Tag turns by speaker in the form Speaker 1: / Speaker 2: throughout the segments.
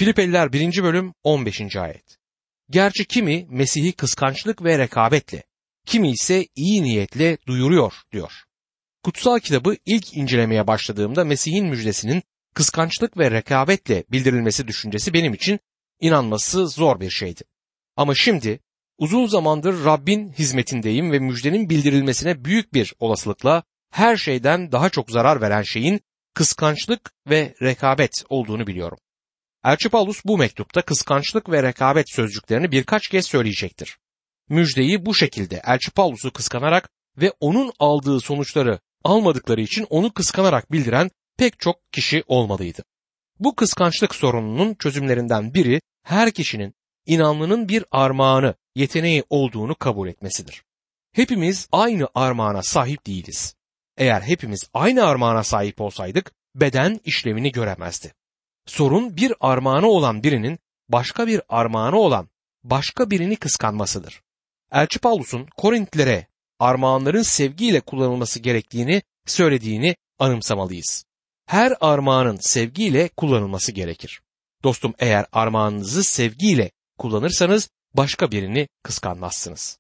Speaker 1: Filipeliler 1. bölüm 15. ayet. Gerçi kimi Mesih'i kıskançlık ve rekabetle, kimi ise iyi niyetle duyuruyor diyor. Kutsal kitabı ilk incelemeye başladığımda Mesih'in müjdesinin kıskançlık ve rekabetle bildirilmesi düşüncesi benim için inanması zor bir şeydi. Ama şimdi uzun zamandır Rabbin hizmetindeyim ve müjdenin bildirilmesine büyük bir olasılıkla her şeyden daha çok zarar veren şeyin kıskançlık ve rekabet olduğunu biliyorum. Elçi Paulus bu mektupta kıskançlık ve rekabet sözcüklerini birkaç kez söyleyecektir. Müjdeyi bu şekilde Elçi Paulus'u kıskanarak ve onun aldığı sonuçları almadıkları için onu kıskanarak bildiren pek çok kişi olmalıydı. Bu kıskançlık sorununun çözümlerinden biri her kişinin inanlının bir armağanı, yeteneği olduğunu kabul etmesidir. Hepimiz aynı armağana sahip değiliz. Eğer hepimiz aynı armağana sahip olsaydık beden işlevini göremezdi. Sorun bir armağanı olan birinin başka bir armağanı olan başka birini kıskanmasıdır. Elçi Paulus'un Korintlilere armağanların sevgiyle kullanılması gerektiğini söylediğini anımsamalıyız. Her armağanın sevgiyle kullanılması gerekir. Dostum, eğer armağanınızı sevgiyle kullanırsanız başka birini kıskanmazsınız.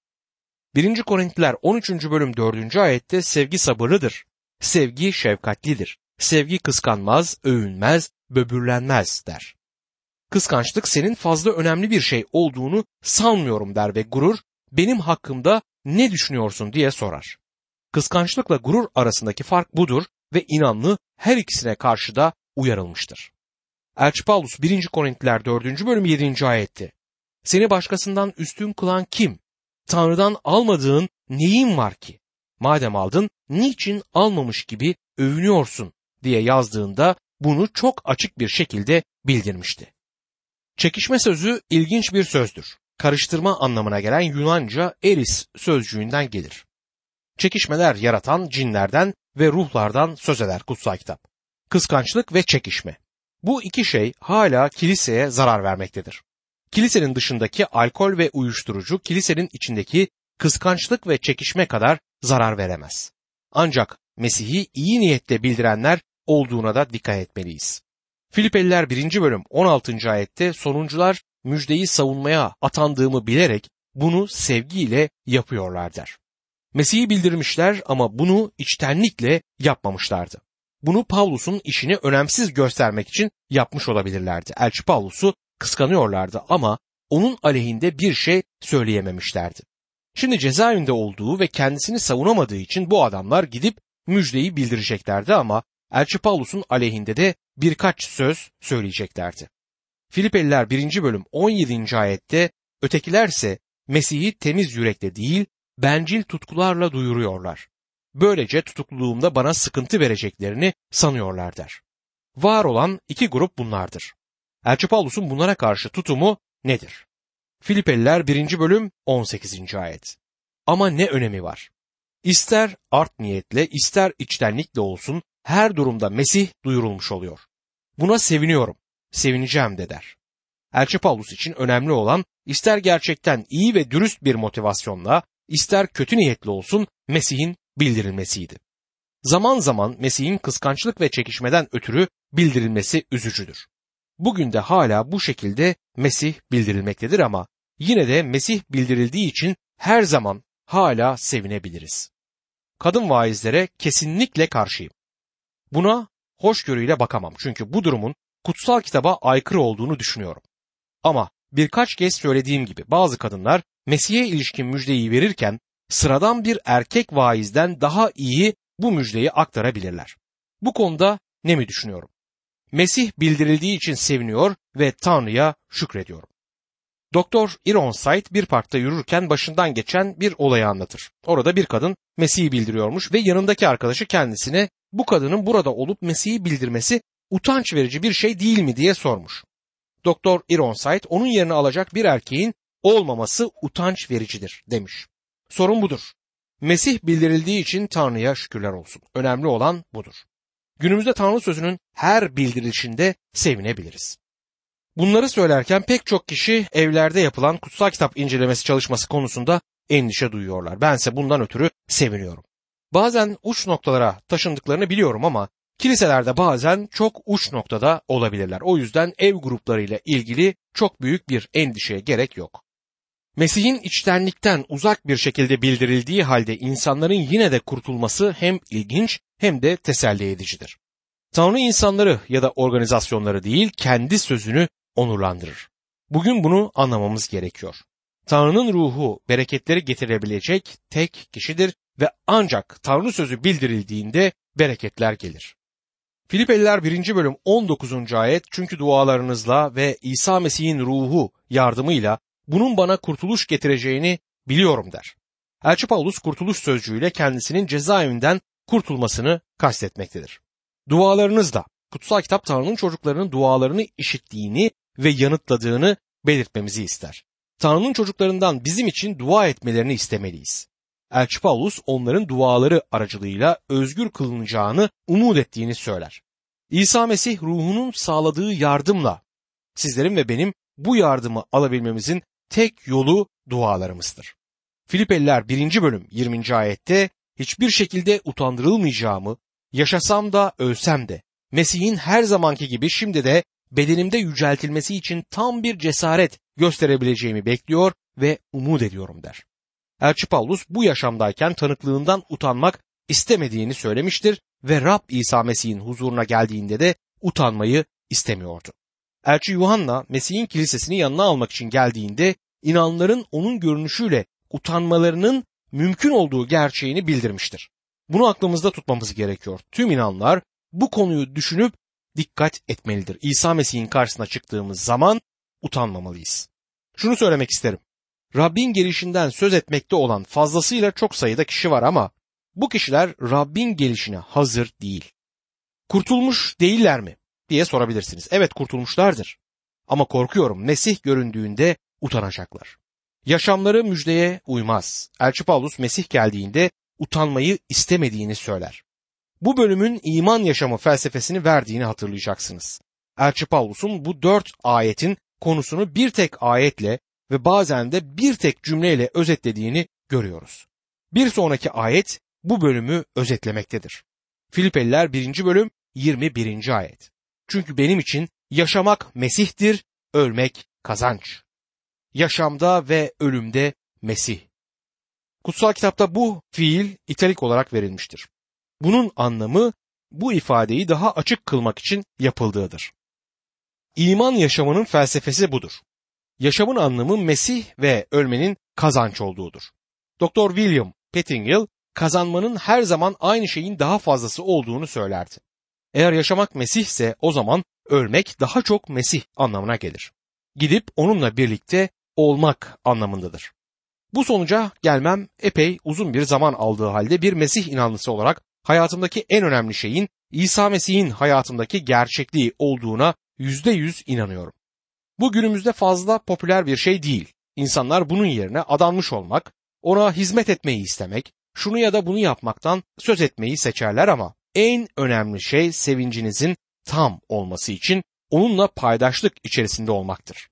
Speaker 1: 1. Korintiler 13. bölüm 4. ayette sevgi sabırlıdır, sevgi şefkatlidir, sevgi kıskanmaz, övünmez, böbürlenmez der. Kıskançlık senin fazla önemli bir şey olduğunu sanmıyorum der ve gurur benim hakkımda ne düşünüyorsun diye sorar. Kıskançlıkla gurur arasındaki fark budur ve inanlı her ikisine karşı da uyarılmıştır. Elçi Paulus 1. Korintiler 4. bölüm 7. ayette seni başkasından üstün kılan kim? Tanrı'dan almadığın neyin var ki? Madem aldın niçin almamış gibi övünüyorsun diye yazdığında bunu çok açık bir şekilde bildirmişti. Çekişme sözü ilginç bir sözdür. Karıştırma anlamına gelen Yunanca eris sözcüğünden gelir. Çekişmeler yaratan cinlerden ve ruhlardan söz eder kutsal kitap. Kıskançlık ve çekişme. Bu iki şey hala kiliseye zarar vermektedir. Kilisenin dışındaki alkol ve uyuşturucu kilisenin içindeki kıskançlık ve çekişme kadar zarar veremez. Ancak Mesih'i iyi niyetle bildirenler olduğuna da dikkat etmeliyiz. Filipeliler 1. bölüm 16. ayette sonuncular müjdeyi savunmaya atandığımı bilerek bunu sevgiyle yapıyorlar der. Mesih'i bildirmişler ama bunu içtenlikle yapmamışlardı. Bunu Pavlus'un işini önemsiz göstermek için yapmış olabilirlerdi. Elçi Pavlus'u kıskanıyorlardı ama onun aleyhinde bir şey söyleyememişlerdi. Şimdi cezaevinde olduğu ve kendisini savunamadığı için bu adamlar gidip müjdeyi bildireceklerdi ama Elçi Pavlus'un aleyhinde de birkaç söz söyleyeceklerdi. Filipeliler 1. bölüm 17. ayette ötekilerse Mesih'i temiz yürekle değil, bencil tutkularla duyuruyorlar. Böylece tutukluluğumda bana sıkıntı vereceklerini sanıyorlar der. Var olan iki grup bunlardır. Elçi Pavlus'un bunlara karşı tutumu nedir? Filipeliler 1. bölüm 18. ayet. Ama ne önemi var? İster art niyetle, ister içtenlikle olsun her durumda Mesih duyurulmuş oluyor. Buna seviniyorum, sevineceğim de der. Elçi Pavlus için önemli olan ister gerçekten iyi ve dürüst bir motivasyonla, ister kötü niyetli olsun Mesih'in bildirilmesiydi. Zaman zaman Mesih'in kıskançlık ve çekişmeden ötürü bildirilmesi üzücüdür. Bugün de hala bu şekilde Mesih bildirilmektedir ama yine de Mesih bildirildiği için her zaman hala sevinebiliriz. Kadın vaizlere kesinlikle karşıyım. Buna hoşgörüyle bakamam çünkü bu durumun kutsal kitaba aykırı olduğunu düşünüyorum. Ama birkaç kez söylediğim gibi bazı kadınlar Mesih'e ilişkin müjdeyi verirken sıradan bir erkek vaizden daha iyi bu müjdeyi aktarabilirler. Bu konuda ne mi düşünüyorum? Mesih bildirildiği için seviniyor ve Tanrı'ya şükrediyorum. Doktor Ironside bir parkta yürürken başından geçen bir olayı anlatır. Orada bir kadın Mesih'i bildiriyormuş ve yanındaki arkadaşı kendisine bu kadının burada olup Mesih'i bildirmesi utanç verici bir şey değil mi diye sormuş. Doktor Ironside onun yerini alacak bir erkeğin olmaması utanç vericidir demiş. Sorun budur. Mesih bildirildiği için Tanrı'ya şükürler olsun. Önemli olan budur. Günümüzde Tanrı sözünün her bildirilişinde sevinebiliriz. Bunları söylerken pek çok kişi evlerde yapılan kutsal kitap incelemesi çalışması konusunda endişe duyuyorlar. Bense bundan ötürü seviniyorum. Bazen uç noktalara taşındıklarını biliyorum ama Kiliselerde bazen çok uç noktada olabilirler. O yüzden ev gruplarıyla ilgili çok büyük bir endişeye gerek yok. Mesih'in içtenlikten uzak bir şekilde bildirildiği halde insanların yine de kurtulması hem ilginç hem de teselli edicidir. Tanrı insanları ya da organizasyonları değil, kendi sözünü onurlandırır. Bugün bunu anlamamız gerekiyor. Tanrı'nın ruhu bereketleri getirebilecek tek kişidir ve ancak Tanrı sözü bildirildiğinde bereketler gelir. Filipeliler 1. bölüm 19. ayet, çünkü dualarınızla ve İsa Mesih'in ruhu yardımıyla bunun bana kurtuluş getireceğini biliyorum der. Elçi Paulus kurtuluş sözcüğüyle kendisinin cezaevinden kurtulmasını kastetmektedir. Dualarınızla, kutsal kitap Tanrı'nın çocuklarının dualarını işittiğini ve yanıtladığını belirtmemizi ister. Tanrı'nın çocuklarından bizim için dua etmelerini istemeliyiz. Elçi Paulus onların duaları aracılığıyla özgür kılınacağını umut ettiğini söyler. İsa Mesih ruhunun sağladığı yardımla sizlerin ve benim bu yardımı alabilmemizin tek yolu dualarımızdır. Filipeliler 1. bölüm 20. ayette hiçbir şekilde utandırılmayacağımı, yaşasam da ölsem de Mesih'in her zamanki gibi şimdi de bedenimde yüceltilmesi için tam bir cesaret gösterebileceğimi bekliyor ve umut ediyorum der. Elçi Paulus bu yaşamdayken tanıklığından utanmak istemediğini söylemiştir ve Rab İsa Mesih'in huzuruna geldiğinde de utanmayı istemiyordu. Elçi Yuhanna Mesih'in kilisesini yanına almak için geldiğinde inanların onun görünüşüyle utanmalarının mümkün olduğu gerçeğini bildirmiştir. Bunu aklımızda tutmamız gerekiyor. Tüm inanlar bu konuyu düşünüp dikkat etmelidir. İsa Mesih'in karşısına çıktığımız zaman utanmamalıyız. Şunu söylemek isterim. Rabbin gelişinden söz etmekte olan fazlasıyla çok sayıda kişi var ama bu kişiler Rabbin gelişine hazır değil. Kurtulmuş değiller mi diye sorabilirsiniz. Evet, kurtulmuşlardır. Ama korkuyorum Mesih göründüğünde utanacaklar. Yaşamları müjdeye uymaz. Elçi Paulus Mesih geldiğinde utanmayı istemediğini söyler. Bu bölümün iman yaşamı felsefesini verdiğini hatırlayacaksınız. Elçi Paulus'un bu 4 ayetin konusunu bir tek ayetle ve bazen de bir tek cümleyle özetlediğini görüyoruz. Bir sonraki ayet bu bölümü özetlemektedir. Filipeliler 1. bölüm 21. ayet. Çünkü benim için yaşamak Mesih'tir, ölmek kazanç. Yaşamda ve ölümde Mesih. Kutsal kitapta bu fiil italik olarak verilmiştir. Bunun anlamı bu ifadeyi daha açık kılmak için yapıldığıdır. İman yaşamının felsefesi budur. Yaşamın anlamı Mesih ve ölmenin kazanç olduğudur. Dr. William Pettingill kazanmanın her zaman aynı şeyin daha fazlası olduğunu söylerdi. Eğer yaşamak Mesih ise o zaman ölmek daha çok Mesih anlamına gelir. Gidip onunla birlikte olmak anlamındadır. Bu sonuca gelmem epey uzun bir zaman aldığı halde bir Mesih inanlısı olarak hayatımdaki en önemli şeyin İsa Mesih'in hayatımdaki gerçekliği olduğuna %100 inanıyorum. Bu günümüzde fazla popüler bir şey değil. İnsanlar bunun yerine adanmış olmak, ona hizmet etmeyi istemek, şunu ya da bunu yapmaktan söz etmeyi seçerler ama en önemli şey sevincinizin tam olması için onunla paydaşlık içerisinde olmaktır.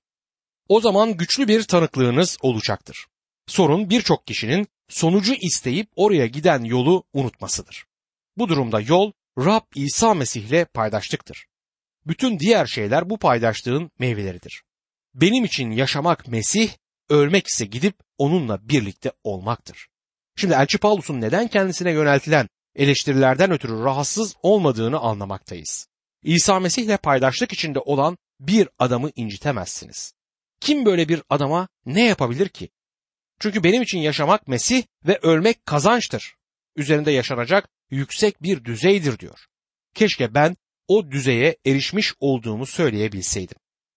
Speaker 1: O zaman güçlü bir tanıklığınız olacaktır. Sorun birçok kişinin sonucu isteyip oraya giden yolu unutmasıdır. Bu durumda yol Rab İsa Mesih'le paydaşlıktır. Bütün diğer şeyler bu paydaşlığın meyveleridir. Benim için yaşamak Mesih, ölmek ise gidip onunla birlikte olmaktır. Şimdi Elçi Paulus'un neden kendisine yöneltilen eleştirilerden ötürü rahatsız olmadığını anlamaktayız. İsa Mesih'le paydaşlık içinde olan bir adamı incitemezsiniz. Kim böyle bir adama ne yapabilir ki? Çünkü benim için yaşamak Mesih ve ölmek kazançtır. Üzerinde yaşanacak yüksek bir düzeydir diyor. Keşke ben o düzeye erişmiş olduğumu söyleyebilseydim.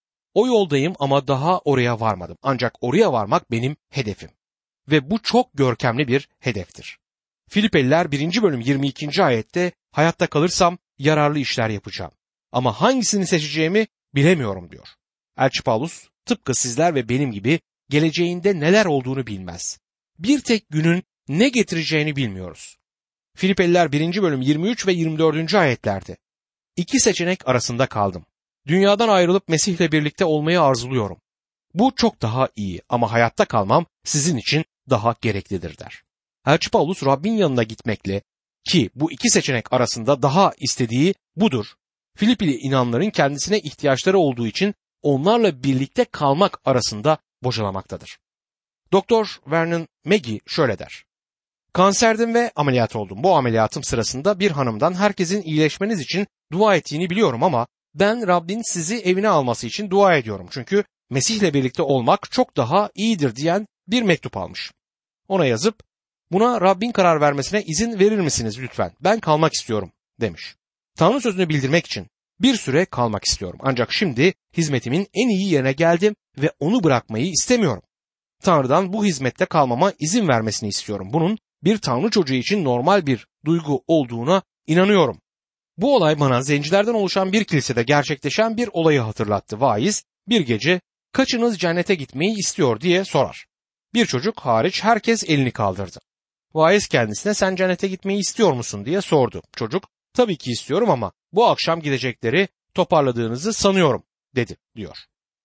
Speaker 1: O yoldayım ama daha oraya varmadım. Ancak oraya varmak benim hedefim. Ve bu çok görkemli bir hedeftir. Filipeliler 1. bölüm 22. ayette hayatta kalırsam yararlı işler yapacağım. Ama hangisini seçeceğimi bilemiyorum diyor. Elçi Paulus tıpkı sizler ve benim gibi geleceğinde neler olduğunu bilmez. Bir tek günün ne getireceğini bilmiyoruz. Filipeliler 1. bölüm 23 ve 24. ayetlerde İki seçenek arasında kaldım. Dünyadan ayrılıp Mesih'le birlikte olmayı arzuluyorum. Bu çok daha iyi ama hayatta kalmam sizin için daha gereklidir der. Elçi Paulus Rabbin yanına gitmekle ki bu iki seçenek arasında daha istediği budur. Filipili inanların kendisine ihtiyaçları olduğu için onlarla birlikte kalmak arasında bocalamaktadır. Doktor Vernon McGee şöyle der. Kanserdim ve ameliyat oldum. Bu ameliyatım sırasında bir hanımdan herkesin iyileşmeniz için dua ettiğini biliyorum ama ben Rabbin sizi evine alması için dua ediyorum. Çünkü Mesih'le birlikte olmak çok daha iyidir diyen bir mektup almış. Ona yazıp buna Rabbin karar vermesine izin verir misiniz lütfen? Ben kalmak istiyorum demiş. Tanrı sözünü bildirmek için bir süre kalmak istiyorum. Ancak şimdi hizmetimin en iyi yerine geldim ve onu bırakmayı istemiyorum. Tanrı'dan bu hizmette kalmama izin vermesini istiyorum. Bunun bir Tanrı çocuğu için normal bir duygu olduğuna inanıyorum. Bu olay bana zencilerden oluşan bir kilisede gerçekleşen bir olayı hatırlattı. Vaiz bir gece kaçınız cennete gitmeyi istiyor diye sorar. Bir çocuk hariç herkes elini kaldırdı. Vaiz kendisine sen cennete gitmeyi istiyor musun diye sordu. Çocuk tabii ki istiyorum ama bu akşam gidecekleri toparladığınızı sanıyorum dedi diyor.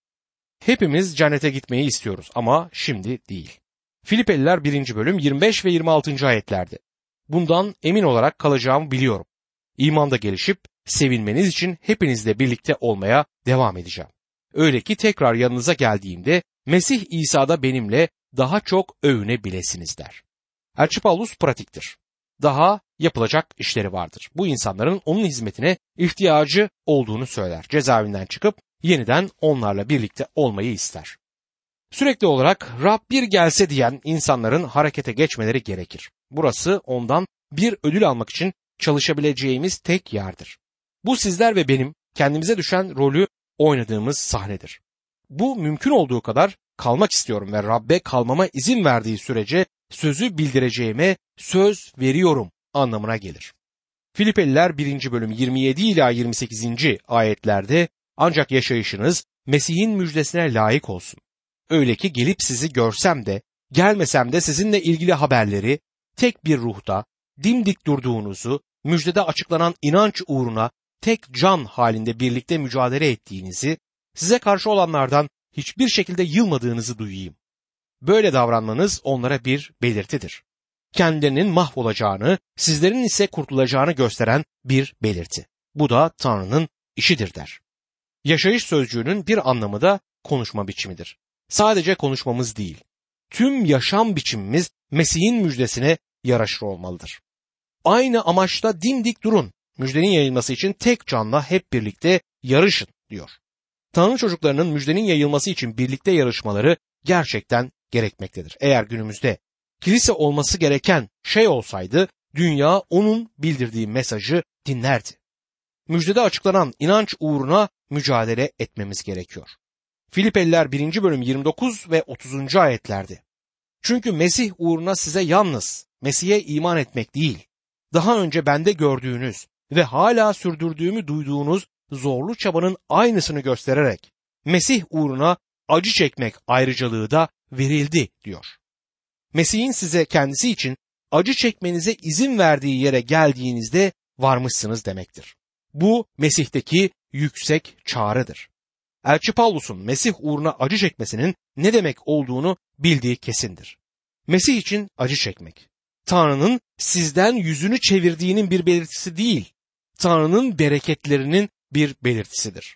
Speaker 1: Hepimiz cennete gitmeyi istiyoruz ama şimdi değil. Filipeliler 1. bölüm 25 ve 26. ayetlerde. Bundan emin olarak kalacağımı biliyorum. İmanda gelişip sevinmeniz için hepinizle birlikte olmaya devam edeceğim. Öyle ki tekrar yanınıza geldiğimde Mesih İsa'da benimle daha çok övünebilesiniz der. Elçi Paulus pratiktir. Daha yapılacak işleri vardır. Bu insanların onun hizmetine ihtiyacı olduğunu söyler. Cezaevinden çıkıp yeniden onlarla birlikte olmayı ister. Sürekli olarak Rab bir gelse diyen insanların harekete geçmeleri gerekir. Burası ondan bir ödül almak için çalışabileceğimiz tek yerdir. Bu sizler ve benim kendimize düşen rolü oynadığımız sahnedir. Bu mümkün olduğu kadar kalmak istiyorum ve Rabbe kalmama izin verdiği sürece sözü bildireceğime söz veriyorum anlamına gelir. Filipeliler 1. bölüm 27 ila 28. ayetlerde ancak yaşayışınız Mesih'in müjdesine layık olsun. Öyle ki gelip sizi görsem de gelmesem de sizinle ilgili haberleri tek bir ruhta dimdik durduğunuzu, müjdede açıklanan inanç uğruna tek can halinde birlikte mücadele ettiğinizi, size karşı olanlardan hiçbir şekilde yılmadığınızı duyayım. Böyle davranmanız onlara bir belirtidir. Kendilerinin mahvolacağını, sizlerin ise kurtulacağını gösteren bir belirti. Bu da Tanrı'nın işidir der. Yaşayış sözcüğünün bir anlamı da konuşma biçimidir. Sadece konuşmamız değil, tüm yaşam biçimimiz Mesih'in müjdesine yaraşır olmalıdır. Aynı amaçta dimdik durun, müjdenin yayılması için tek canla hep birlikte yarışın diyor. Tanrı çocuklarının müjdenin yayılması için birlikte yarışmaları gerçekten gerekmektedir. Eğer günümüzde kilise olması gereken şey olsaydı, dünya onun bildirdiği mesajı dinlerdi. Müjdede açıklanan inanç uğruna mücadele etmemiz gerekiyor. Filipeliler 1. bölüm 29 ve 30. ayetlerde. Çünkü Mesih uğruna size yalnız Mesih'e iman etmek değil, daha önce bende gördüğünüz ve hala sürdürdüğümü duyduğunuz zorlu çabanın aynısını göstererek Mesih uğruna acı çekmek ayrıcalığı da verildi diyor. Mesih'in size kendisi için acı çekmenize izin verdiği yere geldiğinizde varmışsınız demektir. Bu Mesih'teki yüksek çağrıdır. Elçi Paulus'un Mesih uğruna acı çekmesinin ne demek olduğunu bildiği kesindir. Mesih için acı çekmek, Tanrı'nın sizden yüzünü çevirdiğinin bir belirtisi değil, Tanrı'nın bereketlerinin bir belirtisidir.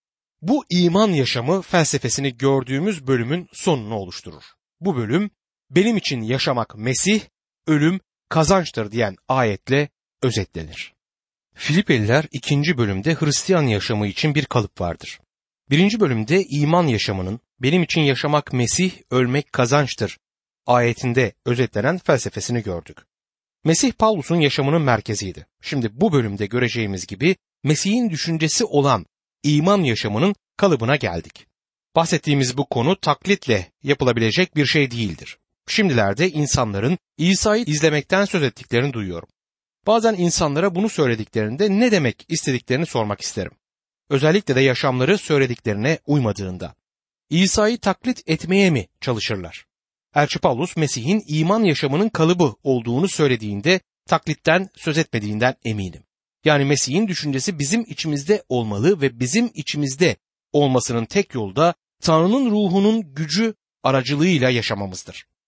Speaker 1: Bu iman yaşamı felsefesini gördüğümüz bölümün sonunu oluşturur. Bu bölüm, benim için yaşamak Mesih, ölüm kazançtır diyen ayetle özetlenir. Filipeliler 2. bölümde Hristiyan yaşamı için bir kalıp vardır. 1. bölümde iman yaşamının benim için yaşamak Mesih, ölmek kazançtır ayetinde özetlenen felsefesini gördük. Mesih Paulus'un yaşamının merkeziydi. Şimdi bu bölümde göreceğimiz gibi Mesih'in düşüncesi olan iman yaşamının kalıbına geldik. Bahsettiğimiz bu konu taklitle yapılabilecek bir şey değildir. Şimdilerde insanların İsa'yı izlemekten söz ettiklerini duyuyorum. Bazen insanlara bunu söylediklerinde ne demek istediklerini sormak isterim. Özellikle de yaşamları söylediklerine uymadığında. İsa'yı taklit etmeye mi çalışırlar? Elçi Paulus Mesih'in iman yaşamının kalıbı olduğunu söylediğinde taklitten söz etmediğinden eminim. Yani Mesih'in düşüncesi bizim içimizde olmalı ve bizim içimizde olmasının tek yolu da Tanrı'nın ruhunun gücü aracılığıyla yaşamamızdır.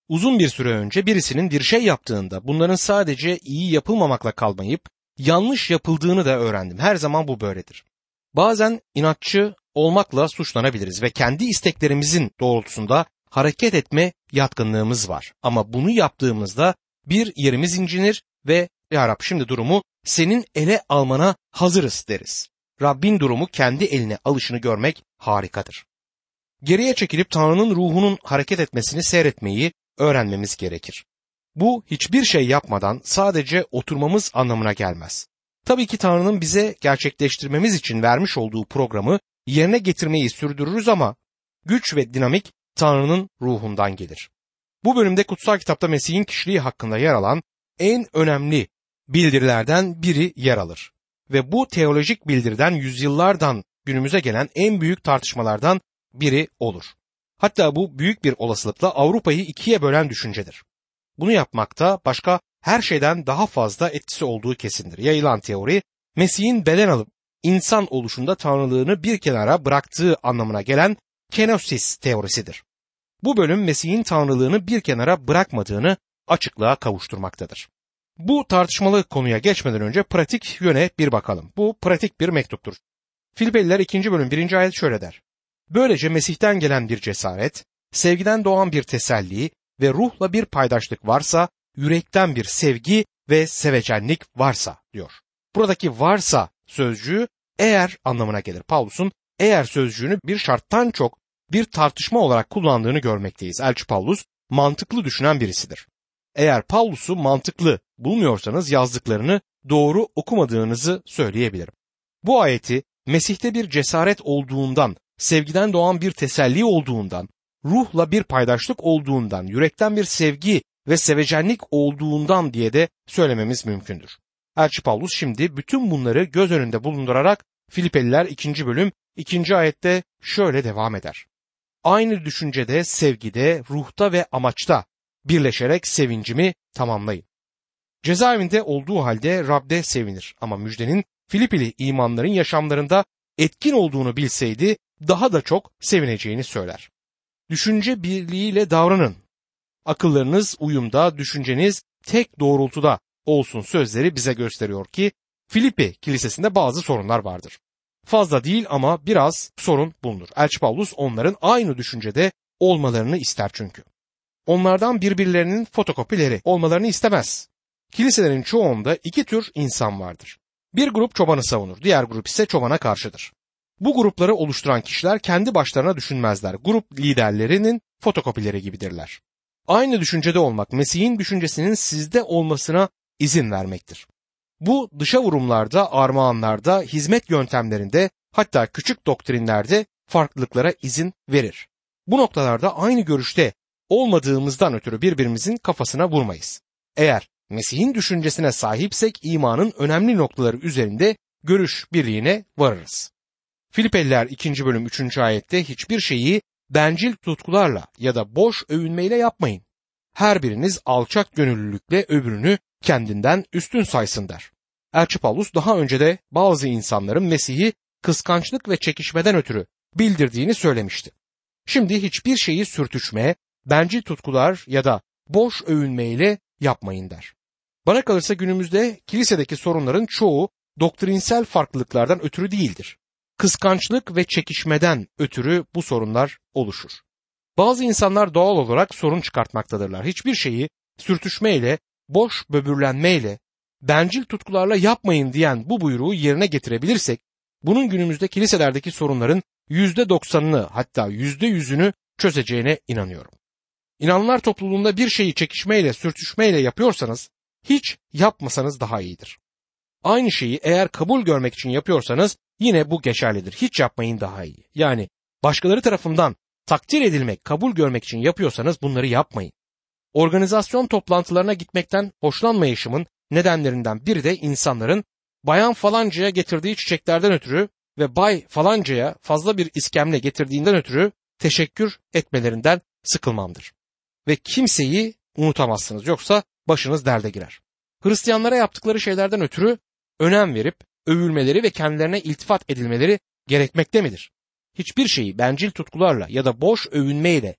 Speaker 1: Uzun bir süre önce birisinin bir şey yaptığında bunların sadece iyi yapılmamakla kalmayıp yanlış yapıldığını da öğrendim. Her zaman bu böyledir. Bazen inatçı olmakla suçlanabiliriz ve kendi isteklerimizin doğrultusunda hareket etme yatkınlığımız var. Ama bunu yaptığımızda bir yerimiz incinir ve "Ya Rab, şimdi durumu senin ele almana hazırız" deriz. Rabbin durumu kendi eline alışını görmek harikadır. Geriye çekilip Tanrı'nın ruhunun hareket etmesini seyretmeyi öğrenmemiz gerekir. Bu hiçbir şey yapmadan sadece oturmamız anlamına gelmez. Tabii ki Tanrı'nın bize gerçekleştirmemiz için vermiş olduğu programı yerine getirmeyi sürdürürüz ama güç ve dinamik Tanrı'nın ruhundan gelir. Bu bölümde kutsal kitapta Mesih'in kişiliği hakkında yer alan en önemli bildirilerden biri yer alır. Ve bu teolojik bildiriden yüzyıllardan günümüze gelen en büyük tartışmalardan biri olur. Hatta bu büyük bir olasılıkla Avrupa'yı ikiye bölen düşüncedir. Bunu yapmakta başka her şeyden daha fazla etkisi olduğu kesindir. Yayılan teori, Mesih'in beden alıp insan oluşunda tanrılığını bir kenara bıraktığı anlamına gelen kenosis teorisidir. Bu bölüm Mesih'in tanrılığını bir kenara bırakmadığını açıklığa kavuşturmaktadır. Bu tartışmalı konuya geçmeden önce pratik yöne bir bakalım. Bu pratik bir mektuptur. Filipeliler 2. bölüm 1. ayet şöyle der: "Böylece Mesih'ten gelen bir cesaret, sevgiden doğan bir teselli ve ruhla bir paydaşlık varsa, yürekten bir sevgi ve sevecenlik varsa" diyor. Buradaki "varsa" sözcüğü eğer anlamına gelir. Pavlus'un eğer sözcüğünü bir şarttan çok bir tartışma olarak kullandığını görmekteyiz. Elçi Pavlus mantıklı düşünen birisidir. Eğer Pavlus'u mantıklı bulmuyorsanız yazdıklarını doğru okumadığınızı söyleyebilirim. Bu ayeti Mesih'te bir cesaret olduğundan, sevgiden doğan bir teselli olduğundan, ruhla bir paydaşlık olduğundan, yürekten bir sevgi ve sevecenlik olduğundan diye de söylememiz mümkündür. Elçi Pavlus şimdi bütün bunları göz önünde bulundurarak Filipeliler 2. bölüm 2. ayette şöyle devam eder: "Aynı düşüncede, sevgide, ruhta ve amaçta birleşerek sevincimi tamamlayın." Cezaevinde olduğu halde Rab'de sevinir ama müjdenin Filipili imanların yaşamlarında etkin olduğunu bilseydi daha da çok sevineceğini söyler. Düşünce birliğiyle davranın. Akıllarınız uyumda, düşünceniz tek doğrultuda olsun sözleri bize gösteriyor ki Filipi kilisesinde bazı sorunlar vardır. Fazla değil ama biraz sorun bulunur. Elçi Pavlus onların aynı düşüncede olmalarını ister çünkü. Onlardan birbirlerinin fotokopileri olmalarını istemez. Kiliselerin çoğunda iki tür insan vardır. Bir grup çobanı savunur, diğer grup ise çobana karşıdır. Bu grupları oluşturan kişiler kendi başlarına düşünmezler. Grup liderlerinin fotokopileri gibidirler. Aynı düşüncede olmak, Mesih'in düşüncesinin sizde olmasına izin vermektir. Bu dışa vurumlarda, armağanlarda, hizmet yöntemlerinde, hatta küçük doktrinlerde farklılıklara izin verir. Bu noktalarda aynı görüşte olmadığımızdan ötürü birbirimizin kafasına vurmayız. Eğer Mesih'in düşüncesine sahipsek imanın önemli noktaları üzerinde görüş birliğine varırız. Filipeliler 2. bölüm 3. ayette hiçbir şeyi bencil tutkularla ya da boş övünmeyle yapmayın. Her biriniz alçak gönüllülükle öbürünü kendinden üstün saysın der. Elçi Pavlus daha önce de bazı insanların Mesih'i kıskançlık ve çekişmeden ötürü bildirdiğini söylemişti. Şimdi hiçbir şeyi sürtüşme, bencil tutkular ya da boş övünmeyle yapmayın der. Bana kalırsa günümüzde kilisedeki sorunların çoğu doktrinsel farklılıklardan ötürü değildir. Kıskançlık ve çekişmeden ötürü bu sorunlar oluşur. Bazı insanlar doğal olarak sorun çıkartmaktadırlar. Hiçbir şeyi sürtüşmeyle, boş böbürlenmeyle, bencil tutkularla yapmayın diyen bu buyruğu yerine getirebilirsek, bunun günümüzde kiliselerdeki sorunların %90'ını hatta %100'ünü çözeceğine inanıyorum. İnananlar topluluğunda bir şeyi çekişmeyle, sürtüşmeyle yapıyorsanız, hiç yapmasanız daha iyidir. Aynı şeyi eğer kabul görmek için yapıyorsanız yine bu geçerlidir. Hiç yapmayın daha iyi. Yani başkaları tarafından takdir edilmek, kabul görmek için yapıyorsanız bunları yapmayın. Organizasyon toplantılarına gitmekten hoşlanmayışımın nedenlerinden biri de insanların bayan falancaya getirdiği çiçeklerden ötürü ve bay falancaya fazla bir iskemle getirdiğinden ötürü teşekkür etmelerinden sıkılmamdır. Ve kimseyi unutamazsınız, yoksa başınız derde girer. Hristiyanlara yaptıkları şeylerden ötürü önem verip övülmeleri ve kendilerine iltifat edilmeleri gerekmekte midir? Hiçbir şeyi bencil tutkularla ya da boş övünmeyle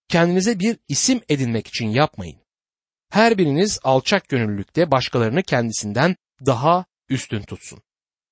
Speaker 1: kendinize bir isim edinmek için yapmayın. Her biriniz alçak gönüllülükte başkalarını kendisinden daha üstün tutsun.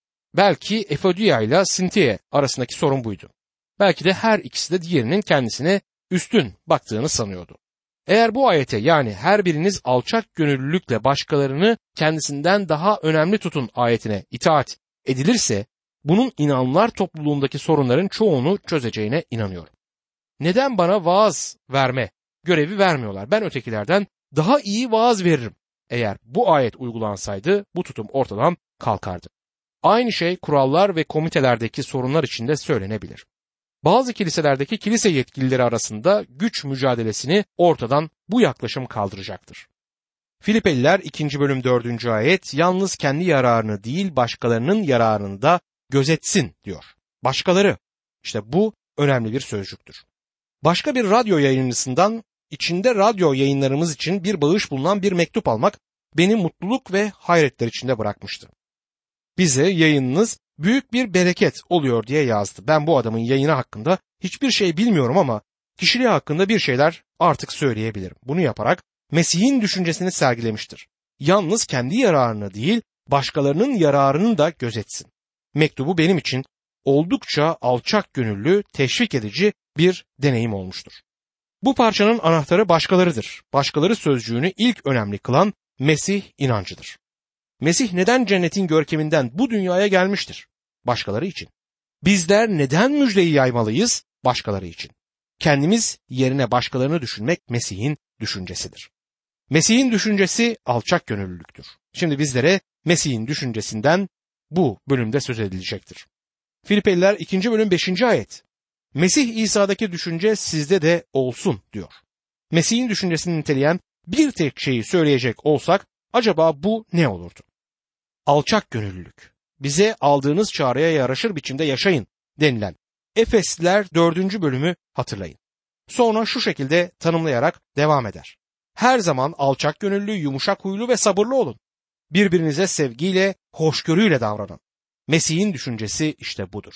Speaker 1: Belki Efodya ile Sintiye arasındaki sorun buydu. Belki de her ikisi de diğerinin kendisine üstün baktığını sanıyordu. Eğer bu ayete, yani her biriniz alçak gönüllülükle başkalarını kendisinden daha önemli tutun ayetine itaat edilirse, bunun inananlar topluluğundaki sorunların çoğunu çözeceğine inanıyorum. Neden bana vaaz verme görevi vermiyorlar? Ben ötekilerden daha iyi vaaz veririm. Eğer bu ayet uygulansaydı bu tutum ortadan kalkardı. Aynı şey kurallar ve komitelerdeki sorunlar için de söylenebilir. Bazı kiliselerdeki kilise yetkilileri arasında güç mücadelesini ortadan bu yaklaşım kaldıracaktır. Filipeliler 2. bölüm 4. ayet, yalnız kendi yararını değil başkalarının yararını da gözetsin diyor. Başkaları. İşte bu önemli bir sözcüktür. Başka bir radyo yayıncısından içinde radyo yayınlarımız için bir bağış bulunan bir mektup almak beni mutluluk ve hayretler içinde bırakmıştı. Bize yayınınız büyük bir bereket oluyor diye yazdı. Ben bu adamın yayını hakkında hiçbir şey bilmiyorum ama kişiliği hakkında bir şeyler artık söyleyebilirim. Bunu yaparak Mesih'in düşüncesini sergilemiştir. Yalnız kendi yararını değil, başkalarının yararını da gözetsin. Mektubu benim için oldukça alçak gönüllü, teşvik edici bir deneyim olmuştur. Bu parçanın anahtarı başkalarıdır. Başkaları sözcüğünü ilk önemli kılan Mesih inancıdır. Mesih neden cennetin görkeminden bu dünyaya gelmiştir? Başkaları için. Bizler neden müjdeyi yaymalıyız? Başkaları için. Kendimiz yerine başkalarını düşünmek Mesih'in düşüncesidir. Mesih'in düşüncesi alçak gönüllülüktür. Şimdi bizlere Mesih'in düşüncesinden bu bölümde söz edilecektir. Filipeliler 2. bölüm 5. ayet. Mesih İsa'daki düşünce sizde de olsun diyor. Mesih'in düşüncesini niteleyen bir tek şeyi söyleyecek olsak acaba bu ne olurdu? Alçak gönüllülük. Bize aldığınız çağrıya yaraşır biçimde yaşayın denilen Efesliler 4. bölümü hatırlayın. Sonra şu şekilde tanımlayarak devam eder. Her zaman alçak gönüllü, yumuşak huylu ve sabırlı olun. Birbirinize sevgiyle, hoşgörüyle davranın. Mesih'in düşüncesi işte budur.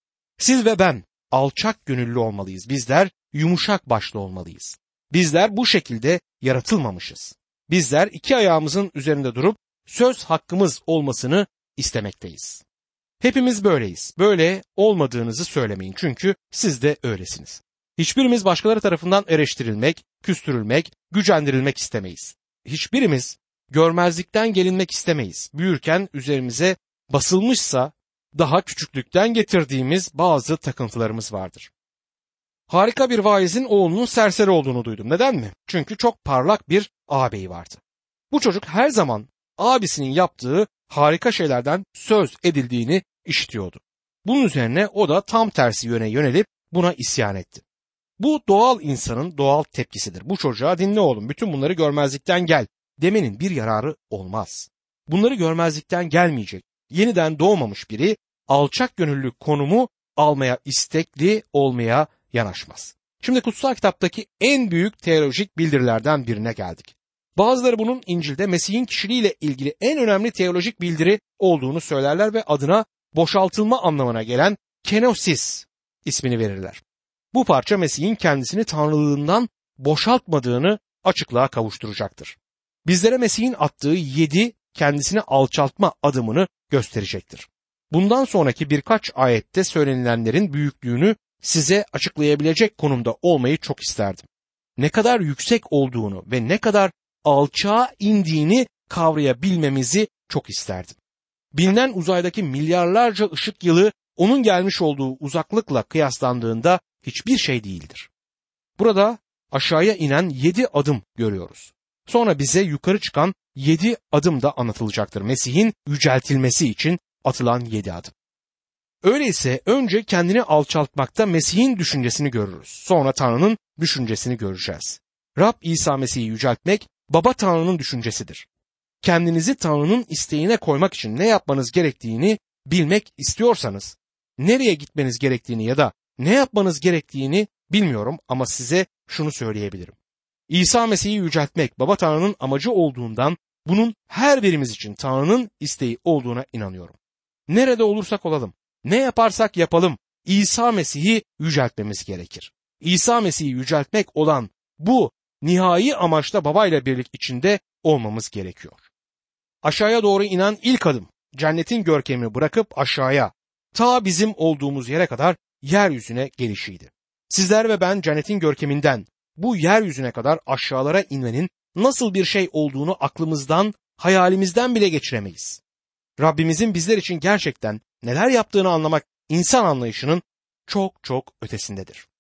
Speaker 1: Siz ve ben alçak gönüllü olmalıyız. Bizler yumuşak başlı olmalıyız. Bizler bu şekilde yaratılmamışız. Bizler iki ayağımızın üzerinde durup söz hakkımız olmasını istemekteyiz. Hepimiz böyleyiz. Böyle olmadığınızı söylemeyin çünkü siz de öylesiniz. Hiçbirimiz başkaları tarafından eleştirilmek, küstürülmek, gücendirilmek istemeyiz. Hiçbirimiz görmezlikten gelinmek istemeyiz. Büyürken üzerimize basılmışsa daha küçüklükten getirdiğimiz bazı takıntılarımız vardır. Harika bir vaizin oğlunun serseri olduğunu duydum. Neden mi? Çünkü çok parlak bir ağabeyi vardı. Bu çocuk her zaman abisinin yaptığı harika şeylerden söz edildiğini işitiyordu. Bunun üzerine o da tam tersi yöne yönelip buna isyan etti. Bu doğal insanın doğal tepkisidir. Bu çocuğa dinle oğlum, bütün bunları görmezlikten gel demenin bir yararı olmaz. Bunları görmezlikten gelmeyecek, yeniden doğmamış biri alçak gönüllü konumu almaya istekli olmaya yanaşmaz. Şimdi kutsal kitaptaki en büyük teolojik bildirilerden birine geldik. Bazıları bunun İncil'de Mesih'in kişiliğiyle ilgili en önemli teolojik bildiri olduğunu söylerler ve adına boşaltılma anlamına gelen kenosis ismini verirler. Bu parça Mesih'in kendisini tanrılığından boşaltmadığını açıklığa kavuşturacaktır. Bizlere Mesih'in attığı 7 kendisini alçaltma adımını gösterecektir. Bundan sonraki birkaç ayette söylenilenlerin büyüklüğünü size açıklayabilecek konumda olmayı çok isterdim. Ne kadar yüksek olduğunu ve ne kadar alçağa indiğini kavrayabilmemizi çok isterdim. Bilinen uzaydaki milyarlarca ışık yılı onun gelmiş olduğu uzaklıkla kıyaslandığında hiçbir şey değildir. Burada aşağıya inen 7 adım görüyoruz. Sonra bize yukarı çıkan 7 adım da anlatılacaktır. Mesih'in yüceltilmesi için atılan 7 adım. Öyleyse önce kendini alçaltmakta Mesih'in düşüncesini görürüz. Sonra Tanrı'nın düşüncesini göreceğiz. Rab İsa Mesih'i yüceltmek Baba Tanrı'nın düşüncesidir. Kendinizi Tanrı'nın isteğine koymak için ne yapmanız gerektiğini bilmek istiyorsanız, nereye gitmeniz gerektiğini ya da ne yapmanız gerektiğini bilmiyorum ama size şunu söyleyebilirim. İsa Mesih'i yüceltmek Baba Tanrı'nın amacı olduğundan bunun her birimiz için Tanrı'nın isteği olduğuna inanıyorum. Nerede olursak olalım, ne yaparsak yapalım İsa Mesih'i yüceltmemiz gerekir. İsa Mesih'i yüceltmek olan bu nihai amaçta babayla birlik içinde olmamız gerekiyor. Aşağıya doğru inen ilk adım cennetin görkemini bırakıp aşağıya, ta bizim olduğumuz yere kadar yeryüzüne gelişiydi. Sizler ve ben cennetin görkeminden bu yeryüzüne kadar aşağılara inmenin nasıl bir şey olduğunu aklımızdan, hayalimizden bile geçiremeyiz. Rabbimizin bizler için gerçekten neler yaptığını anlamak insan anlayışının çok çok ötesindedir.